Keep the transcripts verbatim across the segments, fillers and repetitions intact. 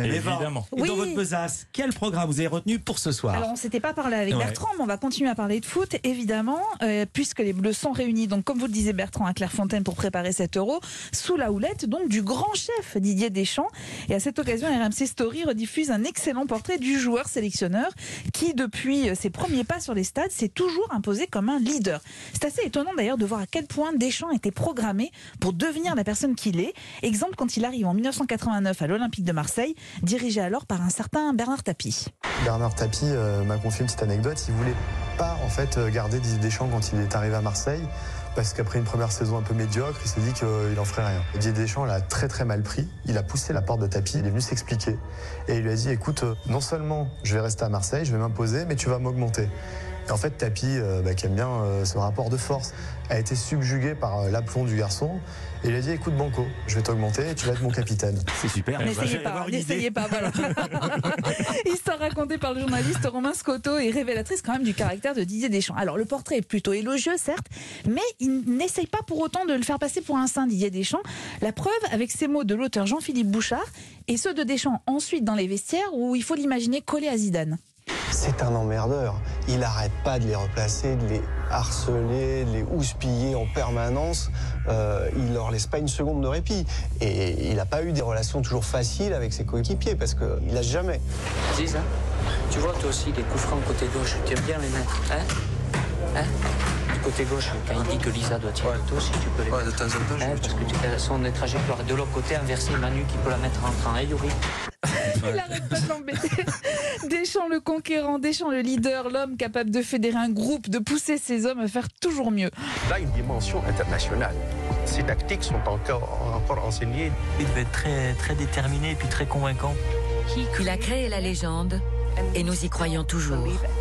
Évidemment. Et Oui. dans votre besace, quel programme vous avez retenu pour ce soir? Alors on ne s'était pas parlé avec Ouais. Bertrand, mais on va continuer à parler de foot, évidemment, euh, puisque les Bleus sont réunis, donc comme vous le disiez Bertrand, à Clairefontaine pour préparer cet Euro, sous la houlette donc du grand chef Didier Deschamps. Et à cette occasion, R M C Story rediffuse un excellent portrait du joueur sélectionneur qui, depuis ses premiers pas sur les stades, s'est toujours imposé comme un leader. C'est assez étonnant d'ailleurs de voir à quel point Deschamps était programmé pour devenir la personne qu'il est. Exemple quand il arrive en mille neuf cent quatre-vingt-neuf à l'Olympique de Marseille, dirigé alors par un certain Bernard Tapie. Bernard Tapie euh, m'a confié une petite anecdote. Il voulait pas en fait euh, garder Didier Deschamps quand il est arrivé à Marseille, parce qu'après une première saison un peu médiocre, il s'est dit qu'il en ferait rien. Et Didier Deschamps l'a très très mal pris. Il a poussé la porte de Tapie, il est venu s'expliquer et il lui a dit écoute, euh, non seulement je vais rester à Marseille, je vais m'imposer, mais tu vas m'augmenter. Et en fait, Tapie, euh, bah, qui aime bien euh, ce rapport de force, a été subjugué par euh, l'aplomb du garçon. Et il a dit écoute Banco, je vais t'augmenter et tu vas être mon capitaine. C'est super. N'essayez pas, n'essayez pas, voilà. Histoire racontée par le journaliste Romain Scotto et révélatrice quand même du caractère de Didier Deschamps. Alors le portrait est plutôt élogieux, certes, mais il n'essaye pas pour autant de le faire passer pour un saint, Didier Deschamps. La preuve avec ces mots de l'auteur Jean-Philippe Bouchard et ceux de Deschamps ensuite dans les vestiaires où il faut l'imaginer collé à Zidane. C'est un emmerdeur. Il n'arrête pas de les replacer, de les harceler, de les houspiller en permanence. Euh, il leur laisse pas une seconde de répit. Et il n'a pas eu des relations toujours faciles avec ses coéquipiers parce qu'il lâche jamais. Ziz, hein, tu vois toi aussi les coups francs côté gauche, tu aimes bien les mettre, hein, hein du côté gauche, quand il dit que Lisa doit tirer, toi aussi tu peux les Ouais, mettre. de temps en temps, je Hein, vais parce que tu as son trajectoire. De l'autre côté, inversé, Manu qui peut la mettre en train. Hein, Yuri? Il n'arrête pas de l'embêter. Deschamps le conquérant, Deschamps le leader, l'homme capable de fédérer un groupe, de pousser ses hommes à faire toujours mieux. Là, une dimension internationale. Ces tactiques sont encore, encore enseignées. Il devait être très, très déterminé et puis très convaincant. Il a créé la légende et nous y croyons toujours.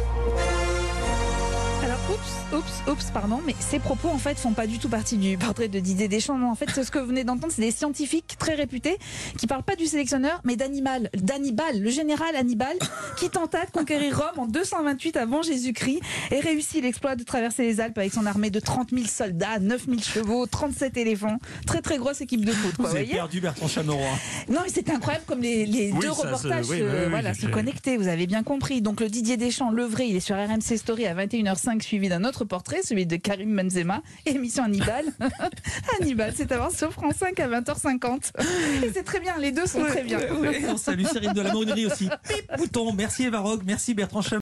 Alors, oups, oups, oups, pardon, mais ces propos, en fait, font pas du tout partie du portrait de Didier Deschamps. Non, en fait, ce que vous venez d'entendre, c'est des scientifiques très réputés qui parlent pas du sélectionneur, mais d'Hannibal, d'Hannibal, le général Hannibal, qui tenta de conquérir Rome en deux cent vingt-huit avant Jésus-Christ et réussit l'exploit de traverser les Alpes avec son armée de trente mille soldats, neuf mille chevaux, trente-sept éléphants. Très, très grosse équipe de foot, quoi, Vous avez voyez. perdu Bertrand Chameroy. Non, mais c'était incroyable comme les, les Oui, deux ça, reportages c'est- oui, se, oui, oui, voilà, j'ai- se connectaient, vous avez bien compris. Donc le Didier Deschamps, le vrai, il est sur R M C Story à vingt et une heures cinq, suivi d'un autre portrait, celui de Karim Benzema, émission Hannibal. Hannibal, c'est à voir sur France cinq à vingt heures cinquante. Et c'est très bien, les deux sont très bien. Ouais, ouais, on salue Cyril de la Morinerie aussi. Pip, bouton. Merci Eva Rogue, merci Bertrand Chameroy.